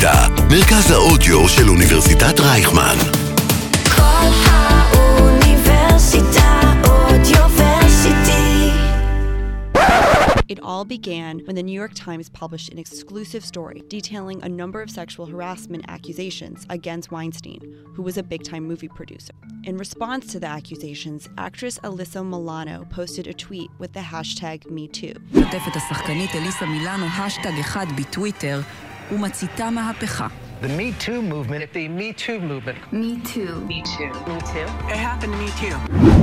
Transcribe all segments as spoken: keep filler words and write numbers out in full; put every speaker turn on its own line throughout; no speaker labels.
אוניברסיטה, מרכז האודיו של אוניברסיטת רייכמן.
כל האוניברסיטה אודיוורסיטי.
It all began when the New York Times published an exclusive story detailing a number of sexual harassment accusations against Weinstein, who was a big-time movie producer. In response to the accusations, actress Alyssa Milano posted a tweet with the hashtag MeToo.
כותבת השחקנית אליסה מילאנו השטג אחד בטוויטר ומציתה מהפכה.
The Me Too movement, the Me Too movement.
Me too.
Me Too. Me Too. It happened to me too.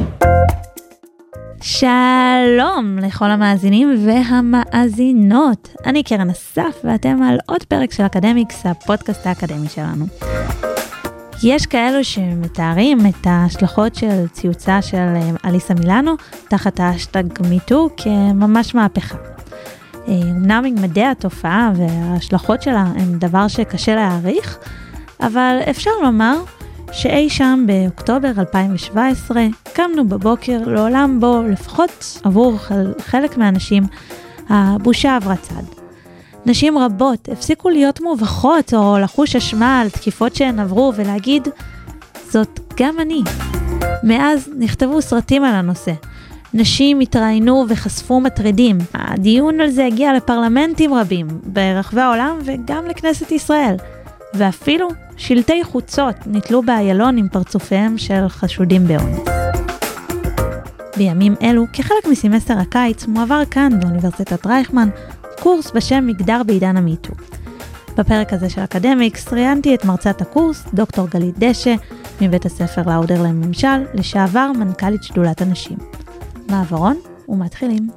שלום לכל המאזינים והמאזינות. אני קרן אסף ואתם על עוד פרק של אקדמיקס, הפודקאסט האקדמי שלנו. יש כאלו שמתארים את ההשלכות של ציוצה של אליסה מילאנו תחת האשטג מיטו כממש מהפכה. אמנם ממדי התופעה וההשלכות שלה הם דבר שקשה להעריך, אבל אפשר לומר שאי שם באוקטובר אלפיים שבע עשרה קמנו בבוקר לעולם בו לפחות עבור חלק מהאנשים הבושה עברה צד. נשים רבות הפסיקו להיות מובכות או לחוש אשמה על תקיפות שהן עברו ולהגיד, זאת גם אני. מאז נכתבו סרטים על הנושא. נשים התראיינו וחשפו מטרידים. הדיון על זה הגיע לפרלמנטים רבים ברחבי העולם וגם לכנסת ישראל. ואפילו שלטי חוצות נתלו באיילון עם פרצופיהם של חשודים באונס. בימים אלו, כחלק מסמסטר הקיץ, מועבר כאן באוניברסיטת רייכמן קורס בשם מגדר בעידן המיטו. בפרק הזה של אקדמיקס ראיינתי את מרצת הקורס, דוקטור גלית דשא, מבית הספר לאודר לממשל, לשעבר מנכ"לית שדולת הנשים. מעברון ומתחילים.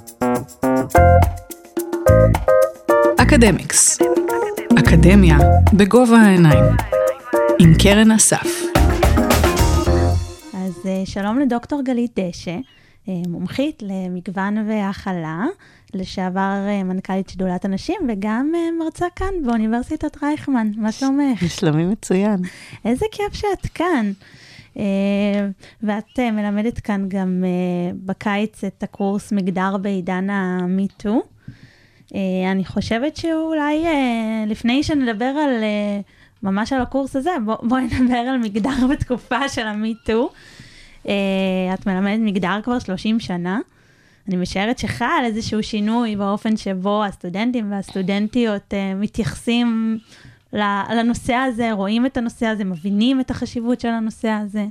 אקדמיקס. אקדמיה בגובה העיניים. עם קרן אסף.
אז שלום לדוקטור גלית דשא, מומחית למגוון והכלה, לשעבר מנכ"לית שדולת הנשים, וגם מרצה כאן באוניברסיטת רייכמן. מה שלומך?
שלומי מצוין.
איזה כיף שאת כאן. ואת מלמדת כאן גם בקיץ את הקורס מגדר בעידן המיטו. אני חושבת שאולי לפני שנדבר על ממש על הקורס הזה, בואי נדבר על מגדר בתקופה של המיטו. את מלמדת מגדר כבר שלושים שנה. אני משערת שחל איזשהו שינוי באופן שבו הסטודנטים והסטודנטיות מתייחסים לנושא הזה, רואים את הנושא הזה, מבינים את החשיבות של הנושא הזה.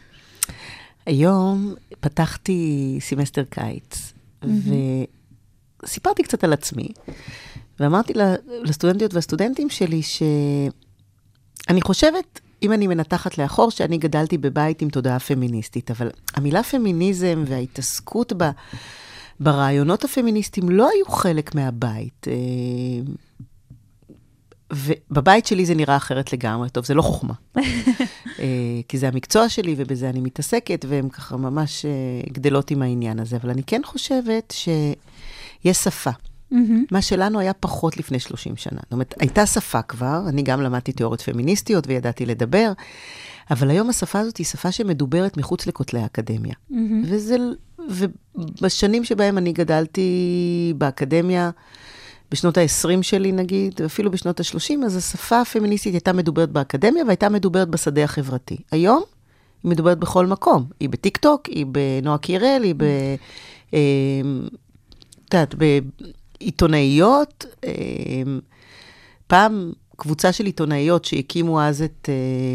היום פתחתי סמסטר קיץ, וסיפרתי קצת על עצמי, ואמרתי לסטודנטיות והסטודנטים שלי שאני חושבת, אם אני מנתחת לאחור, שאני גדלתי בבית עם תודעה פמיניסטית, אבל המילה פמיניזם וההתעסקות בה, ברעיונות הפמיניסטיים לא היו חלק מהבית. ובבית שלי זה נראה אחרת לגמרי. טוב, זה לא חוכמה. כי זה המקצוע שלי ובזה אני מתעסקת, והם ככה ממש גדלות עם העניין הזה. אבל אני כן חושבת שיש שפה. מה שלנו היה פחות לפני שלושים שנה. זאת אומרת, הייתה שפה כבר, אני גם למדתי תיאוריות פמיניסטיות וידעתי לדבר, אבל היום השפה הזאת היא שפה שמדוברת מחוץ לכותלי האקדמיה. וזה, ובשנים שבהם אני גדלתי באקדמיה, בשנות ה-עשרים שלי נגיד, ואפילו בשנות ה-שלושים, אז השפה הפמיניסטית הייתה מדוברת באקדמיה, והייתה מדוברת בשדה החברתי. היום היא מדוברת בכל מקום. היא בטיק טוק, היא בנועה קירל, היא ב... תעת, בעיתונאיות, פעם קבוצה של עיתונאיות שהקימו אז את,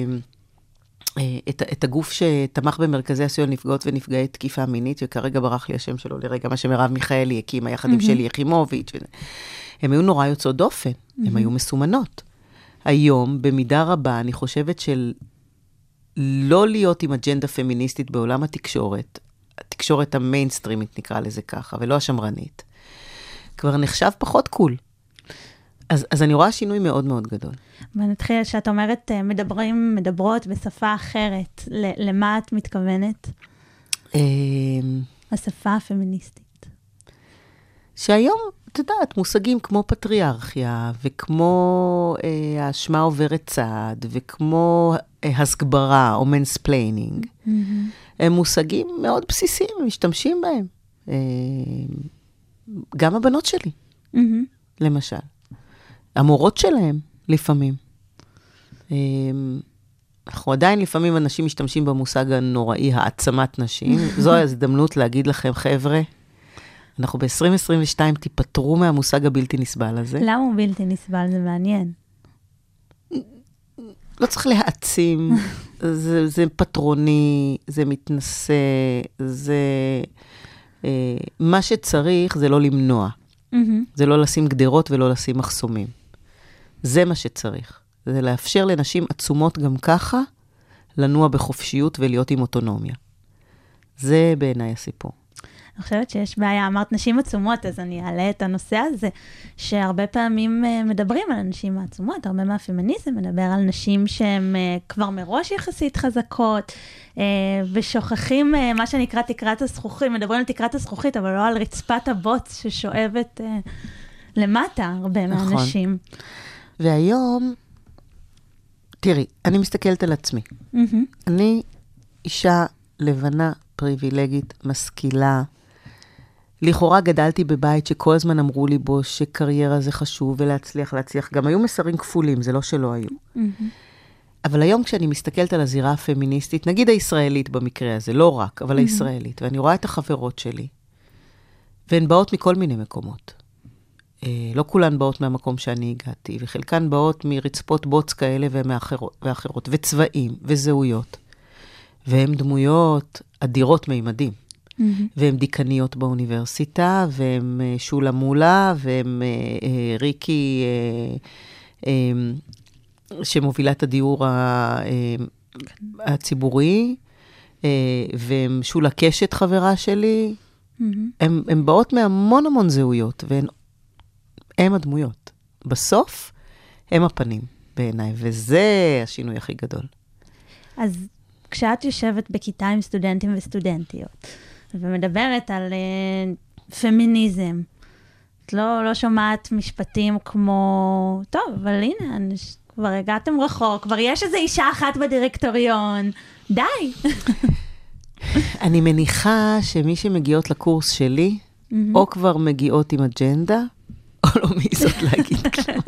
את, את הגוף שתמך במרכזי הסיוע לנפגעות ונפגעי תקיפה מינית, וכרגע ברח לי השם שלו לרגע, מה שמרב מיכאלי הקימה יחד עם שלי יחימוביץ'. הם היו נורא יוצאות דופן, הם היו מסומנות. היום, במידה רבה, אני חושבת של לא להיות עם אג'נדה פמיניסטית בעולם התקשורת, התקשורת המיינסטרימית נקרא לזה ככה, ולא השמרנית, כבר נחשב פחות קול. אז, אז אני רואה שינוי מאוד מאוד גדול.
ונתחיל שאת אומרת, מדברים, מדברות בשפה אחרת. למה את מתכוונת? השפה הפמיניסטית.
שהיום, את יודעת, מושגים כמו פטריארכיה, וכמו אה, האשמה עוברת צעד, וכמו אה, הסגברה או מנספליינינג, mm-hmm. הם מושגים מאוד בסיסיים, משתמשים בהם. אה, גם הבנות שלי, mm-hmm. למשל. המורות שלהם, לפעמים. אנחנו עדיין לפעמים אנשים משתמשים במושג הנוראי, העצמת נשים. זו ההזדמנות להגיד לכם, חבר'ה, אנחנו ב-עשרים עשרים ושתיים תיפטרו מהמושג הבלתי נסבל הזה.
למה הוא בלתי נסבל? זה מעניין.
לא צריך להעצים, זה, זה פטרוני, זה מתנשא, זה... אה, מה שצריך זה לא למנוע. Mm-hmm. זה לא לשים גדרות ולא לשים מחסומים. זה מה שצריך. זה לאפשר לנשים עצומות גם ככה, לנוע בחופשיות ולהיות עם אוטונומיה. זה בעיניי הסיפור.
אני חושבת שיש בעיה, אמרת נשים עצומות, אז אני אעלה את הנושא הזה, שהרבה פעמים מדברים על הנשים העצומות, הרבה מהפמיניזם מדבר על נשים שהן כבר מראש יחסית חזקות, ושוכחים מה שנקרא תקרת הזכוכית, מדברים על תקרת הזכוכית, אבל לא על רצפת הבוץ ששואבת למטה הרבה נכון. מהנשים.
והיום, תראי, אני מסתכלת על עצמי. Mm-hmm. אני אישה לבנה, פריבילגית, משכילה. לכאורה גדלתי בבית שכל הזמן אמרו לי בו שקריירה זה חשוב ולהצליח, להצליח. גם היו מסרים כפולים, זה לא שלא היו. Mm-hmm. אבל היום כשאני מסתכלת על הזירה הפמיניסטית, נגיד הישראלית במקרה הזה, לא רק, אבל mm-hmm. הישראלית, ואני רואה את החברות שלי, והן באות מכל מיני מקומות. לא כולן באות מהמקום שאני הגעתי, וחלקן באות מרצפות בוץ כאלה ומאחרות, ואחרות, וצבעים וזהויות. והן דמויות אדירות מימדים. Mm-hmm. והן דיקניות באוניברסיטה, והן שולה מולה, והן אה, ריקי, אה, אה, שמובילה את הדיור ה, אה, הציבורי, אה, והן שולה קשת חברה שלי. Mm-hmm. הן, הן באות מהמון המון זהויות, והן הם הדמויות. בסוף, הם הפנים בעיניי, וזה השינוי הכי גדול.
אז כשאת יושבת בכיתה עם סטודנטים וסטודנטיות, ומדברת על uh, פמיניזם, את לא, לא שומעת משפטים כמו, טוב, אבל הנה, כבר הגעתם רחוק, כבר יש איזו אישה אחת בדירקטוריון, די. אני
מניחה שמי שמגיעות לקורס שלי, mm-hmm. או כבר מגיעות עם אג'נדה, או לא מעיזות להגיד כלום.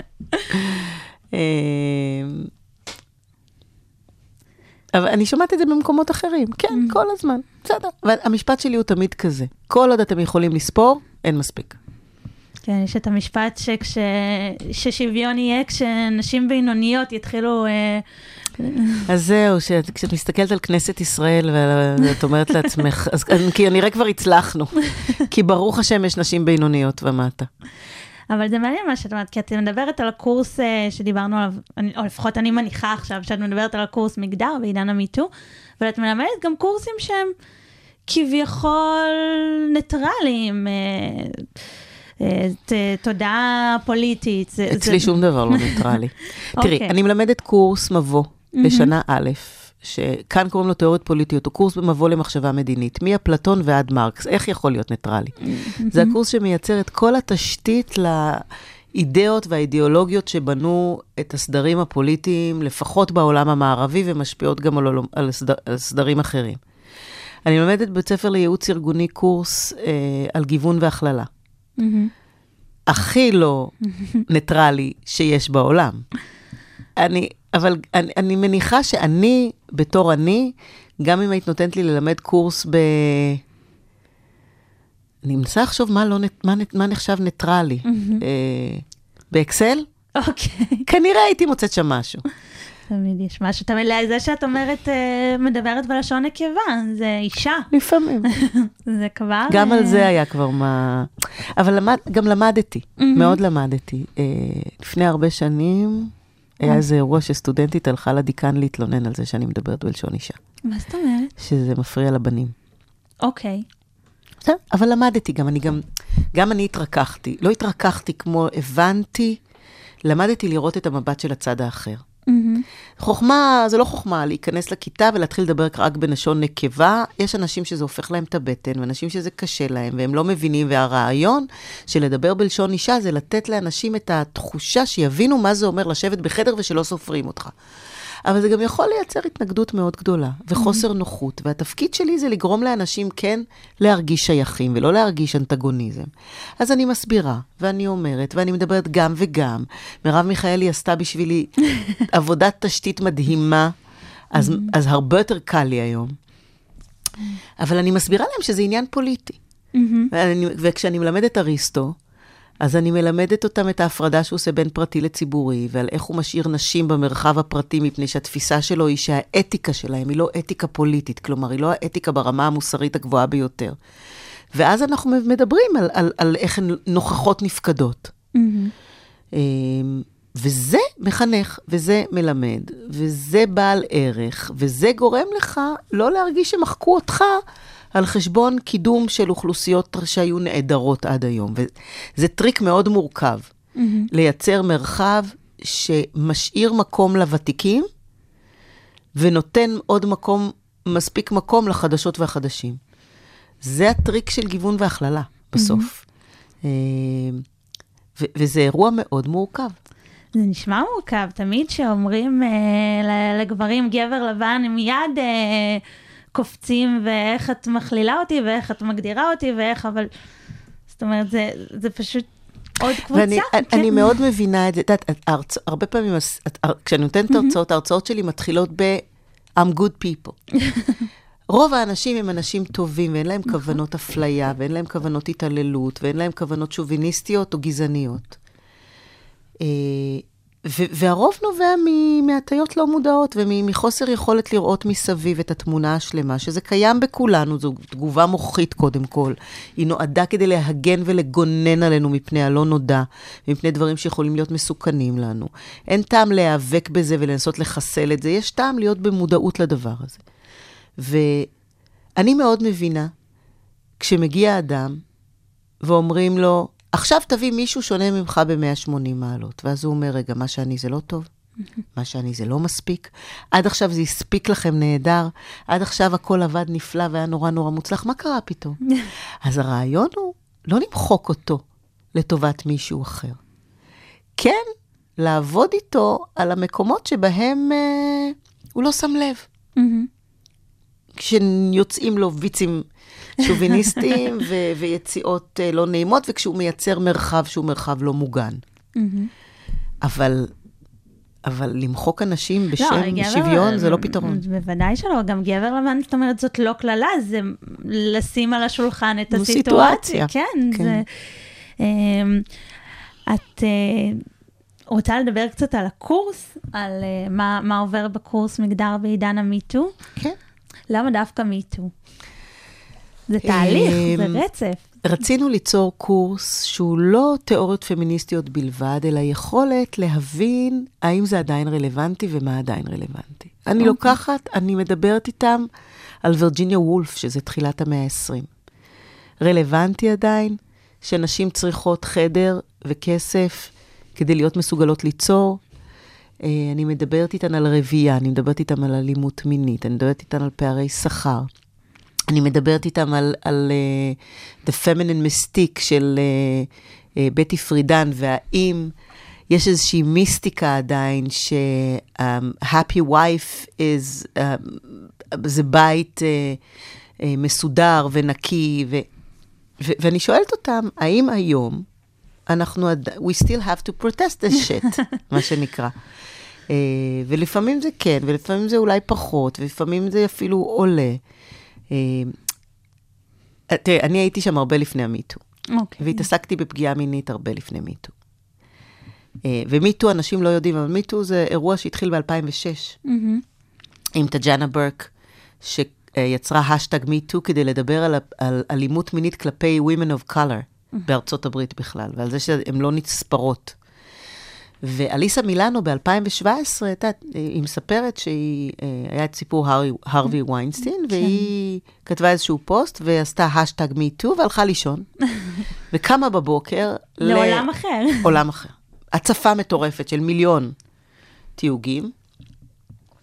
אבל אני שומעת את זה במקומות אחרים. כן, כל הזמן. בסדר. אבל המשפט שלי הוא תמיד כזה. כל עוד אתם יכולים לספור, אין מספיק.
כן, יש את המשפט ששוויון יהיה כשנשים בינוניות יתחילו...
אז זהו, כשאת מסתכלת על כנסת ישראל, ואת אומרת לעצמך, כי נראה כבר הצלחנו. כי ברוך השם יש נשים בינוניות ומטה.
אבל זה מעניין מה שאת אומרת, כי את מדברת על הקורס שדיברנו עליו, או לפחות אני מניחה עכשיו, שאת מדברת על הקורס מגדר בעידן המיטו, אבל את מלמדת גם קורסים שהם כביכול ניטרליים, תודעה פוליטית.
אצלי שום דבר לא ניטרלי. תראי, אני מלמדת קורס מבוא לשנה א', שכאן קוראים לו תיאוריות פוליטיות, הוא קורס במבוא למחשבה מדינית, מאפלטון ועד מרקס, איך יכול להיות ניטרלי? זה הקורס שמייצר את כל התשתית לאידאות והאידיאולוגיות שבנו את הסדרים הפוליטיים, לפחות בעולם המערבי, ומשפיעות גם על, על, סדר, על סדרים אחרים. אני לומדת בבית ספר לייעוץ ארגוני קורס אה, על גיוון והכללה. הכי לא ניטרלי שיש בעולם. אני... אבל אני, אני מניחה שאני, בתור אני, גם אם היית נותנת לי ללמד קורס ב... אני מנסה לחשוב מה, לא, מה, מה נחשב ניטרלי. Mm-hmm. אה, באקסל?
אוקיי. Okay.
כנראה הייתי מוצאת שם משהו.
תמיד יש משהו. תמיד זה שאת אומרת, מדברת בלשון נקבה, זה אישה.
לפעמים.
זה כבר...
גם על זה היה כבר מה... אבל למד, גם למדתי, mm-hmm. מאוד למדתי. אה, לפני הרבה שנים... היה איזה אירוע שסטודנטית הלכה לדיקן להתלונן על זה שאני מדברת בלשון אישה.
מה זאת אומרת?
שזה מפריע לבנים.
אוקיי.
אבל למדתי גם, אני גם, גם אני התרככתי. לא התרככתי כמו הבנתי, למדתי לראות את המבט של הצד האחר. חוכמה, זה לא חוכמה, להיכנס לכיתה ולהתחיל לדבר רק בלשון נקבה. יש אנשים שזה הופך להם את הבטן, ואנשים שזה קשה להם, והם לא מבינים, והרעיון של לדבר בלשון אישה, זה לתת לאנשים את התחושה שיבינו מה זה אומר לשבת בחדר ושלא סופרים אותך. אבל זה גם יכול לייצר התנגדות מאוד גדולה, וחוסר נוחות, והתפקיד שלי זה לגרום לאנשים כן להרגיש שייכים, ולא להרגיש אנטגוניזם. אז אני מסבירה, ואני אומרת, ואני מדברת גם וגם. מרב מיכאלי עשתה בשבילי עבודת תשתית מדהימה, אז, אז הרבה יותר קל לי היום. אבל אני מסבירה להם שזה עניין פוליטי. ואני, וכשאני מלמדת אריסטו, אז אני מלמדת אותם את ההפרדה שהוא עושה בין פרטי לציבורי, ועל איך הוא משאיר נשים במרחב הפרטי, מפני שהתפיסה שלו היא שהאתיקה שלהם היא לא אתיקה פוליטית, כלומר, היא לא האתיקה ברמה המוסרית הגבוהה ביותר. ואז אנחנו מדברים על, על, על איך הן נוכחות נפקדות. Mm-hmm. וזה מחנך, וזה מלמד, וזה בעל ערך, וזה גורם לך לא להרגיש שמחקו אותך, על חשבון קידום של אוכלוסיות שהיו נעדרות עד היום. וזה טריק מאוד מורכב, mm-hmm. לייצר מרחב שמשאיר מקום לוותיקים, ונותן עוד מקום, מספיק מקום לחדשות והחדשים. זה הטריק של גיוון והכללה, בסוף. Mm-hmm. ו- וזה אירוע מאוד מורכב.
זה נשמע מורכב, תמיד שאומרים אה, לגברים גבר לבן, הם מיד... אה, קופצים, ואיך את מכלילה אותי, ואיך את מגדירה אותי, ואיך, אבל, זאת אומרת, זה, זה פשוט עוד קבוצה.
ואני, כן. אני מאוד מבינה את זה, את, הרבה פעמים, כשאני נותנת את ההרצאות, ההרצאות שלי מתחילות ב- I'm good people. רוב האנשים הם אנשים טובים, ואין להם כוונות אפליה, ואין להם כוונות התעללות, ואין להם כוונות שוביניסטיות או גזעניות. והרוב נובע מהטיות לא מודעות, ומחוסר יכולת לראות מסביב את התמונה השלמה, שזה קיים בכולנו, זו תגובה מוחית קודם כל. היא נועדה כדי להגן ולגונן עלינו מפני הלא נודע, מפני דברים שיכולים להיות מסוכנים לנו. אין טעם להיאבק בזה ולנסות לחסל את זה, יש טעם להיות במודעות לדבר הזה. ואני מאוד מבינה, כשמגיע אדם, ואומרים לו, עכשיו תביא מישהו שונה ממך ב-מאה ושמונים מעלות. ואז הוא אומר, רגע, מה שאני זה לא טוב, מה שאני זה לא מספיק. עד עכשיו זה הספיק לכם נהדר, עד עכשיו הכל עבד נפלא והיה נורא נורא מוצלח. מה קרה פתאום? אז הרעיון הוא לא למחוק אותו לטובת מישהו אחר. כן, לעבוד איתו על המקומות שבהם אה, הוא לא שם לב. כשיוצאים לו ויצים שוביניסטיים ו- ויציאות uh, לא נעימות, וכשהוא מייצר מרחב שהוא מרחב לא מוגן. Mm-hmm. אבל, אבל למחוק אנשים בשם לא, גבר, שוויון זה לא פתרון.
בוודאי שלא, גם גבר לבן, זאת אומרת, זאת לא כללה, זה לשים על השולחן את הסיטואציה. כן, כן. זה... Um, את uh, רוצה לדבר קצת על הקורס, על uh, מה, מה עובר בקורס מגדר בעידן המיטו?
כן.
למה דווקא מיטו? זה תהליך, זה רצף.
רצינו ליצור קורס שהוא לא תיאוריות פמיניסטיות בלבד, אלא יכולת להבין האם זה עדיין רלוונטי ומה עדיין רלוונטי. אני לוקחת, אני מדברת איתם על וירג'יניה וולף, שזה תחילת המאה ה-עשרים. רלוונטי עדיין שנשים צריכות חדר וכסף כדי להיות מסוגלות ליצור. אני מדברת איתן על רבייה, אני מדברת איתן על אלימות מינית, אני מדברת איתן על פערי שכר. אני מדברת איתם על, על uh, The Feminine Mystique של uh, uh, בטי פרידן, והאם יש איזושהי מיסטיקה עדיין ש um, Happy Wife is, uh, זה בית uh, uh, מסודר ונקי, ו, ו, ואני שואלת אותם, האם היום אנחנו, we still have to protest this shit, מה שנקרא. Uh, ולפעמים זה כן, ולפעמים זה אולי פחות, ולפעמים זה אפילו עולה. תראה, אני הייתי שם הרבה לפני המיטו. והתעסקתי בפגיעה מינית הרבה לפני מיטו. ומיטו, אנשים לא יודעים, אבל מיטו זה אירוע שהתחיל ב-אלפיים ושש. עם תג'אנה ברק, שיצרה השטג מיטו כדי לדבר על אלימות מינית כלפי women of color בארצות הברית בכלל, ועל זה שהן לא נספרות. ואליסה מילאנו ב-אלפיים שבע עשרה, היא מספרת שהיא, היה את סיפור הרווי ויינסטיין, והיא כתבה איזשהו פוסט, ועשתה השטג מיטו, והלכה לישון, וקמה בבוקר,
לעולם אחר.
עולם אחר. הצפה מטורפת של מיליון תיוגים.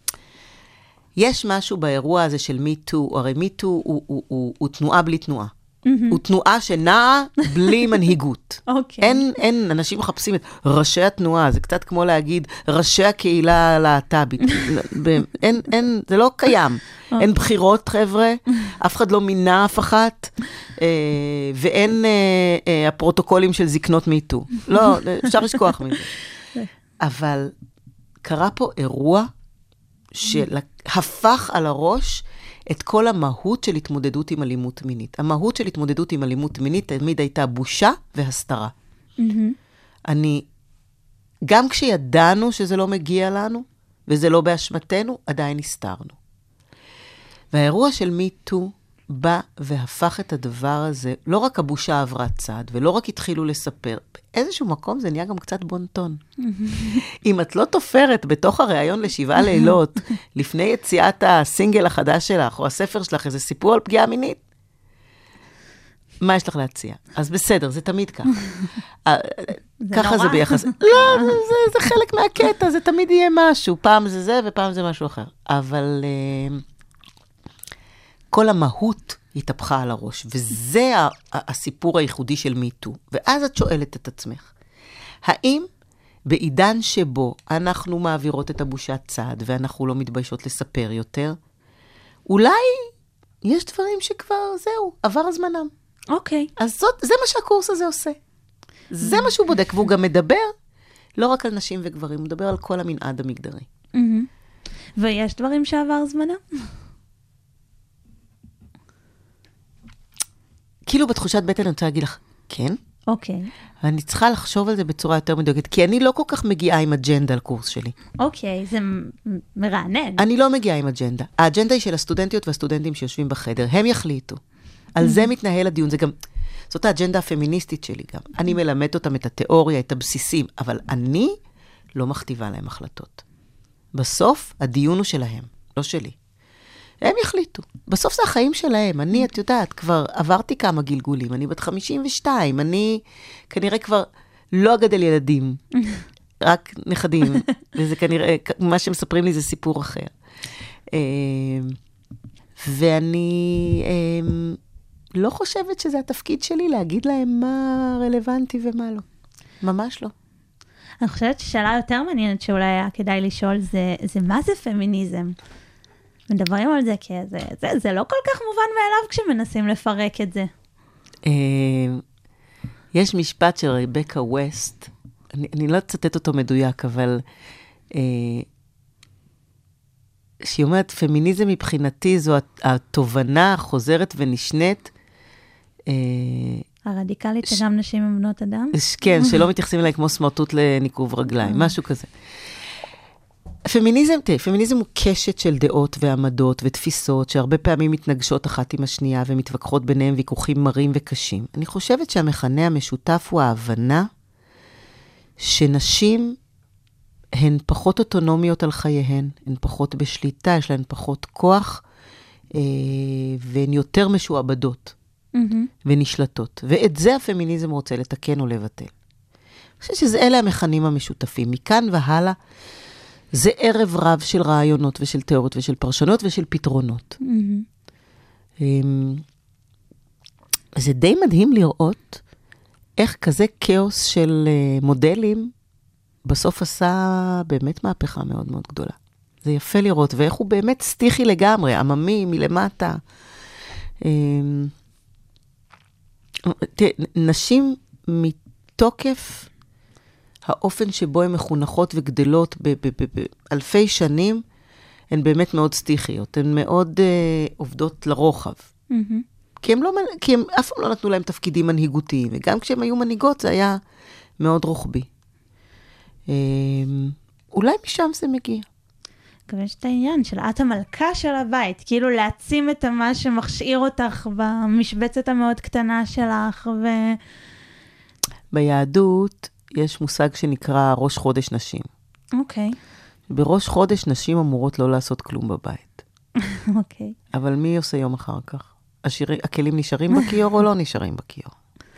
יש משהו באירוע הזה של מיטו, הרי מיטו הוא, הוא, הוא, הוא תנועה בלי תנועה. הוא תנועה שנעה בלי מנהיגות.
אוקיי.
אין, אין, אנשים מחפשים את ראשי התנועה, זה קצת כמו להגיד ראשי הקהילה הלהט"בית. אין, אין, זה לא קיים. אין בחירות, חבר'ה, אף אחד לא מינה אף אחת, ואין הפרוטוקולים של זקנות מיטו. לא, אפשר לשכוח מזה. אבל קרה פה אירוע שהפך על הראש את כל המהות של התמודדות עם אלימות מינית. המהות של התמודדות עם אלימות מינית תמיד הייתה בושה והסתרה. אני, גם כשידענו שזה לא מגיע לנו, וזה לא באשמתנו, עדיין הסתרנו. והאירוע של מיטו בא והפך את הדבר הזה, לא רק הבושה עברה צד, ולא רק התחילו לספר, באיזשהו מקום זה נהיה גם קצת בונטון. אם את לא תופרת בתוך הראיון לשבעה לילות, לפני יציאת הסינגל החדש שלך, או הספר שלך, איזה סיפור על פגיעה מינית, מה יש לך להציע? אז בסדר, זה תמיד כך. ככה זה ביחס. לא, זה חלק מהקטע, זה תמיד יהיה משהו. פעם זה זה ופעם זה משהו אחר. אבל כל המהות התהפכה על הראש, וזה הסיפור הייחודי של מיטו. ואז את שואלת את עצמך, האם בעידן שבו אנחנו מעבירות את הבושת צד, ואנחנו לא מתביישות לספר יותר, אולי יש דברים שכבר זהו, עבר הזמנם.
אוקיי.
אז זאת, זה מה שהקורס הזה עושה. זה מה שהוא בודק, והוא גם מדבר לא רק על נשים וגברים, הוא מדבר על כל המנעד המגדרי.
ויש דברים שעבר זמנם?
כאילו בתחושת בטן אני רוצה להגיד לך, כן?
אוקיי.
אני צריכה לחשוב על זה בצורה יותר מדויקת, כי אני לא כל כך מגיעה עם אג'נדה על קורס שלי.
אוקיי, זה מרענן.
אני לא מגיעה עם אג'נדה. האג'נדה היא של הסטודנטיות והסטודנטים שיושבים בחדר. הם יחליטו. על זה מתנהל הדיון. זה גם, זאת האג'נדה הפמיניסטית שלי גם. אני מלמד אותם את התיאוריה, את הבסיסים, אבל אני לא מכתיבה להם החלטות. בסוף, הדיון הוא שלהם, לא שלי. הם יחליטו. בסוף זה החיים שלהם. אני, את יודעת, כבר עברתי כמה גלגולים. אני בת חמישים ושתיים. אני כנראה כבר לא אגדל ילדים. רק נכדים. וזה כנראה, מה שמספרים לי זה סיפור אחר. ואני לא חושבת שזה התפקיד שלי להגיד להם מה רלוונטי ומה לא. ממש לא.
אני חושבת ששאלה יותר מעניינת שאולי היה כדאי לשאול זה, זה מה זה פמיניזם? מדברים על זה כי זה, זה, זה לא כל כך מובן מאליו כשמנסים לפרק את זה.
יש משפט של רבקה ווסט, אני, אני לא אצטט אותו מדויק, אבל שהיא אומרת, פמיניזם מבחינתי זו התובנה החוזרת ונשנית.
הרדיקלית שגם נשים הם בנות אדם?
כן, שלא מתייחסים אליי כמו סמרטוט לניקוב רגליים, משהו כזה. פמיניזם, תראה, פמיניזם הוא קשת של דעות ועמדות ותפיסות, שהרבה פעמים מתנגשות אחת עם השנייה, ומתווכחות ביניהם ויכוחים מרים וקשים. אני חושבת שהמכנה המשותף הוא ההבנה, שנשים הן פחות אוטונומיות על חייהן, הן פחות בשליטה, יש להן פחות כוח, אה, והן יותר משועבדות, mm-hmm. ונשלטות. ואת זה הפמיניזם רוצה לתקן או לבטל. אני חושבת שזה אלה המכנים המשותפים. מכאן והלאה, זה ערב רב של רעיונות ושל תיאוריות ושל פרשנות ושל פתרונות. Mm-hmm. זה די מדהים לראות איך כזה כאוס של מודלים בסוף עשה באמת מהפכה מאוד מאוד גדולה. זה יפה לראות, ואיך הוא באמת סטיחי לגמרי, עממי מלמטה. תראה, נשים מתוקף האופן שבו הן מחונכות וגדלות באלפי שנים, הן באמת מאוד סטיחיות, הן מאוד uh, עובדות לרוחב. Mm-hmm. כי הם לא, כי הם אף פעם לא נתנו להם תפקידים מנהיגותיים, וגם כשהם היו מנהיגות זה היה מאוד רוחבי. Um, אולי משם זה מגיע.
גם יש את העניין של את המלכה של הבית, כאילו להעצים את מה שמכשיר אותך במשבצת המאוד קטנה שלך. ו...
ביהדות יש מושג שנקרא ראש חודש נשים.
אוקיי. Okay.
בראש חודש נשים אמורות לא לעשות כלום בבית.
אוקיי. Okay.
אבל מי עושה יום אחר כך? השיר... הכלים נשארים בכיור או לא נשארים בכיור?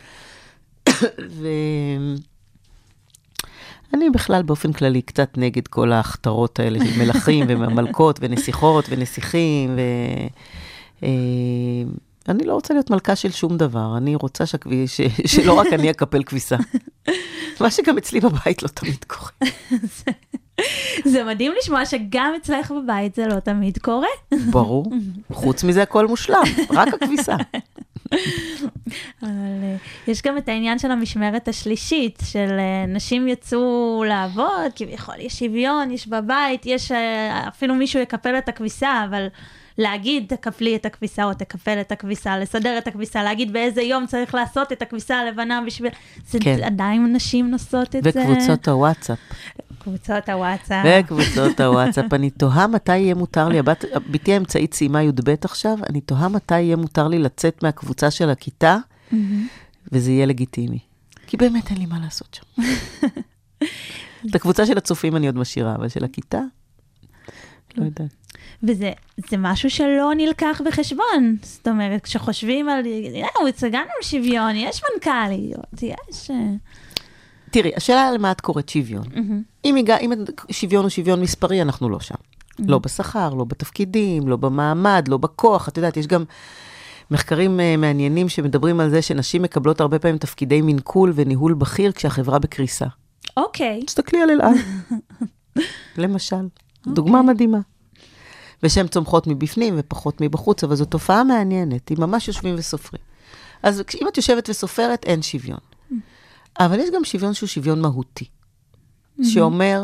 ואני בכלל באופן כללי קצת נגד כל ההכתרות האלה של מלכים ומלכות ונסיכות ונסיכים. ו... אני לא רוצה להיות מלכה של שום דבר, אני רוצה שכביש, ש... שלא רק אני אקפל כביסה. מה שגם אצלי בבית לא תמיד קורה.
זה מדהים לשמוע שגם אצלך בבית זה לא תמיד קורה.
ברור. חוץ מזה הכל מושלם, רק הכביסה.
אבל יש גם את העניין של המשמרת השלישית, של נשים יצאו לעבוד, כביכול יש שוויון, יש בבית, יש אפילו מישהו יקפל את הכביסה, אבל להגיד תקפלי את הכביסה או תקפל את הכביסה, לסדר את הכביסה, להגיד באיזה יום צריך לעשות את הכביסה הלבנה בשביל... זה כן. עדיין נשים נוסעות את זה.
וקבוצות הוואטסאפ.
קבוצות הוואטסאפ.
וקבוצות הוואטסאפ. אני תוהה מתי יהיה מותר לי, הבת, ביתי האמצעית סיימה י"ב עכשיו, אני תוהה מתי יהיה מותר לי לצאת מהקבוצה של הכיתה, mm-hmm. וזה יהיה לגיטימי. כי באמת אין לי מה לעשות שם. את הקבוצה של הצופים אני עוד משאירה, אבל של הכיתה, לא יודעת.
וזה זה משהו שלא נלקח בחשבון. זאת אומרת, כשחושבים על, יאו, הצגענו לשוויון, יש מנכ"ליות, יש...
תראי, השאלה למה את קוראת שוויון. אם הגע, אם שוויון הוא שוויון מספרי, אנחנו לא שם. לא בשכר, לא בתפקידים, לא במעמד, לא בכוח. את יודעת, יש גם מחקרים מעניינים שמדברים על זה שנשים מקבלות הרבה פעמים תפקידי מנכול וניהול בכיר כשהחברה בקריסה.
אוקיי.
תסתכלי על אלעד. למשל. דוגמה מדהימה. ושהן צומחות מבפנים ופחות מבחוץ, אבל זו תופעה מעניינת. אם ממש יושבים וסופרים. אז אם את יושבת וסופרת, אין שוויון. אבל יש גם שוויון שהוא שוויון מהותי. שאומר,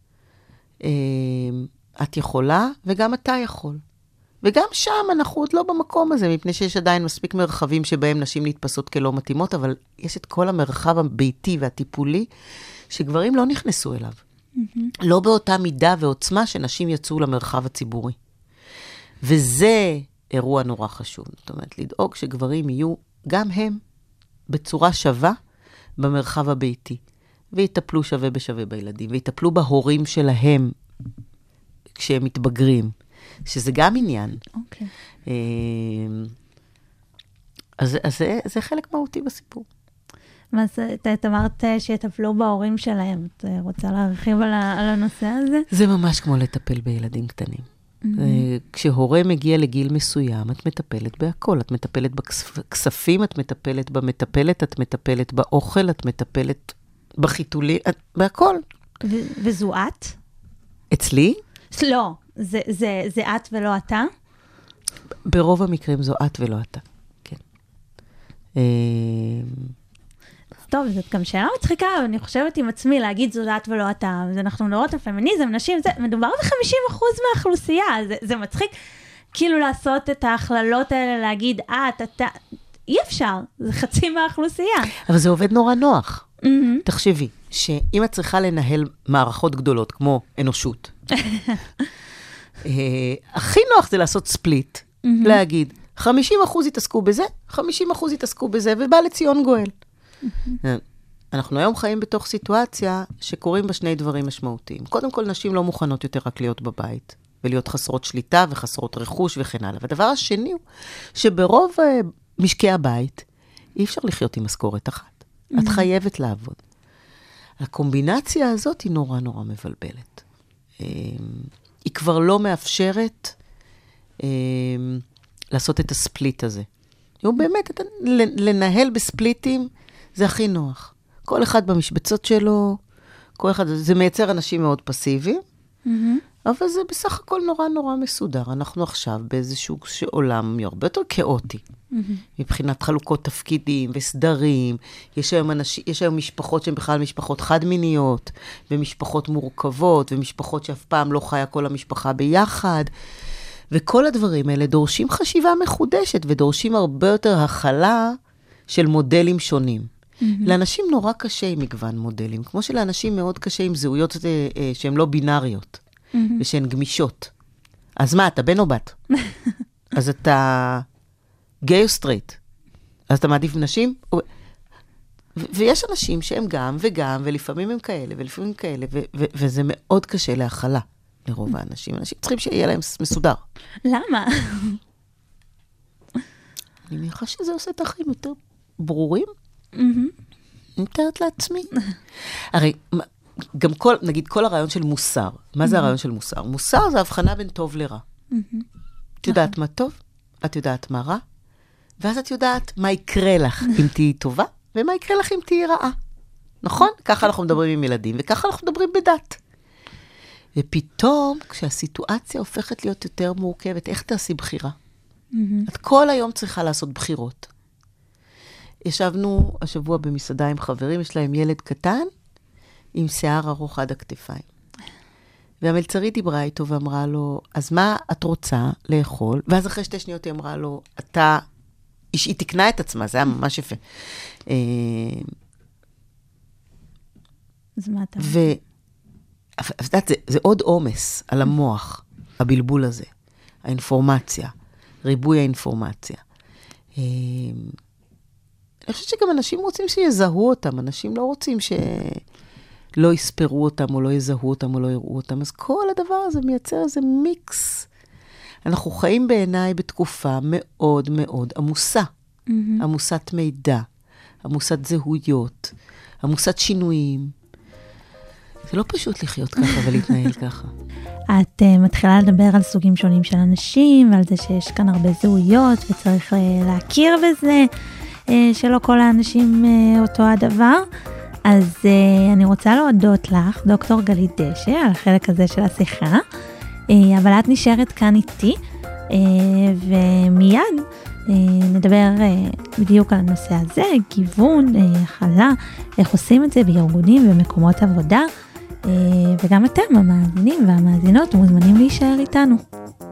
את יכולה וגם אתה יכול. וגם שם אנחנו עוד לא במקום הזה, מפני שיש עדיין מספיק מרחבים שבהם נשים נתפסות כלא מתאימות, אבל יש את כל המרחב הביתי והטיפולי, שגברים לא נכנסו אליו. לא באותה מידה ועוצמה שנשים יצאו למרחב הציבורי. וזה אירוע נורא חשוב. זאת אומרת, לדאוג שגברים יהיו גם הם בצורה שווה במרחב הביתי, ויטפלו שווה בשווה בילדים, ויטפלו בהורים שלהם כשהם מתבגרים, שזה גם עניין.
אוקיי.
אז, אז זה, זה חלק מהותי בסיפור.
מה זה, את אמרת שיטפלו בהורים שלהם, את רוצה להרחיב על, על הנושא הזה?
זה ממש כמו לטפל בילדים קטנים. כשהורה מגיע לגיל מסוים, את מטפלת בהכל. את מטפלת בכספים, את מטפלת במטפלת, את מטפלת באוכל, את מטפלת בחיתולים, בהכל.
וזו את?
אצלי?
לא, זה, זה, זה את ולא אתה?
ברוב המקרים זו את ולא אתה, כן.
טוב, זאת גם שאלה מצחיקה, אני חושבת עם עצמי להגיד זו את ולא אתה, אנחנו נראות על פמיניזם, נשים, זה מדובר ב-חמישים אחוז מהאוכלוסייה, זה, זה מצחיק כאילו לעשות את ההכללות האלה, להגיד את, אתה, אי אפשר, זה חצי מהאוכלוסייה. אבל
זה עובד נורא נוח. Mm-hmm. תחשבי, שאם את צריכה לנהל מערכות גדולות, כמו אנושות, הכי נוח זה לעשות ספליט, mm-hmm. להגיד, חמישים אחוז יתעסקו בזה, חמישים אחוז יתעסקו בזה, ובא לציון גואל. אנחנו היום חיים בתוך סיטואציה שקורים בה שני דברים משמעותיים. קודם כל, נשים לא מוכנות יותר רק להיות בבית, ולהיות חסרות שליטה וחסרות רכוש וכן הלאה. והדבר השני הוא שברוב uh, משקי הבית, אי אפשר לחיות עם משכורת אחת. את חייבת לעבוד. הקומבינציה הזאת היא נורא נורא מבלבלת. היא כבר לא מאפשרת לעשות את הספליט הזה. הוא באמת, לנהל בספליטים, זה הכי נוח. כל אחד במשבצות שלו, כל אחד, זה מייצר אנשים מאוד פסיביים, mm-hmm. אבל זה בסך הכל נורא נורא מסודר. אנחנו עכשיו באיזשהו עולם הרבה יותר כאוטי, mm-hmm. מבחינת חלוקות תפקידים וסדרים. יש היום, אנשים, יש היום משפחות שהן בכלל משפחות חד-מיניות, ומשפחות מורכבות, ומשפחות שאף פעם לא חיה כל המשפחה ביחד. וכל הדברים האלה דורשים חשיבה מחודשת, ודורשים הרבה יותר הכלה של מודלים שונים. Mm-hmm. לאנשים נורא קשה עם מגוון מודלים, כמו שלאנשים מאוד קשה עם זהויות אה, אה, שהן לא בינאריות, mm-hmm. ושהן גמישות. אז מה, אתה בן או בת? אז אתה גיי או סטרייט? אז אתה מעדיף נשים? ו- ויש אנשים שהם גם וגם, ולפעמים הם כאלה, ולפעמים כאלה, ו- ו- וזה מאוד קשה להכלה לרוב האנשים. אנשים צריכים שיהיה להם מסודר.
למה?
אני מניחה שזה עושה את החיים יותר ברורים. אני מתארת לעצמי. הרי, גם כל, נגיד, כל הרעיון של מוסר. מה זה הרעיון של מוסר? מוסר זה הבחנה בין טוב לרע. את יודעת מה טוב? את יודעת מה רע? ואז את יודעת מה יקרה לך אם תהיי טובה, ומה יקרה לך אם תהיי רעה. נכון? ככה אנחנו מדברים עם ילדים, וככה אנחנו מדברים בדת. ופתאום, כשהסיטואציה הופכת להיות יותר מורכבת, איך תעשי בחירה? את כל היום צריכה לעשות בחירות. ישבנו השבוע במסעדה עם חברים, יש להם ילד קטן, עם שיער ארוך עד הכתפיים. והמלצרית דיברה איתו ואמרה לו, אז מה את רוצה לאכול? ואז אחרי שתי שניות היא אמרה לו, אתה, היא תקנה את עצמה, זה היה ממש יפה.
אז מה אתה...
ו... אז יודעת, זה, זה עוד עומס על המוח, הבלבול הזה, האינפורמציה, ריבוי האינפורמציה. אני חושבת שגם אנשים רוצים שיזהו אותם, אנשים לא רוצים שלא יספרו אותם, או לא יזהו אותם, או לא יראו אותם, אז כל הדבר הזה מייצר איזה מיקס. אנחנו חיים בעיניי בתקופה מאוד מאוד עמוסה, mm-hmm. עמוסת מידע, עמוסת זהויות, עמוסת שינויים. זה לא פשוט לחיות ככה ולהתנהל ככה.
את uh, מתחילה לדבר על סוגים שונים של אנשים, ועל זה שיש כאן הרבה זהויות, וצריך uh, להכיר בזה, uh, שלא כל האנשים uh, אותו הדבר. אז uh, אני רוצה להודות לך, דוקטור גלית דשא, על החלק הזה של השיחה, uh, אבל את נשארת כאן איתי, uh, ומיד uh, נדבר uh, בדיוק על הנושא הזה, גיוון, uh, הכלה, איך עושים את זה בארגונים ומקומות עבודה, וגם אתם, המאזינים והמאזינות, מוזמנים להישאר איתנו.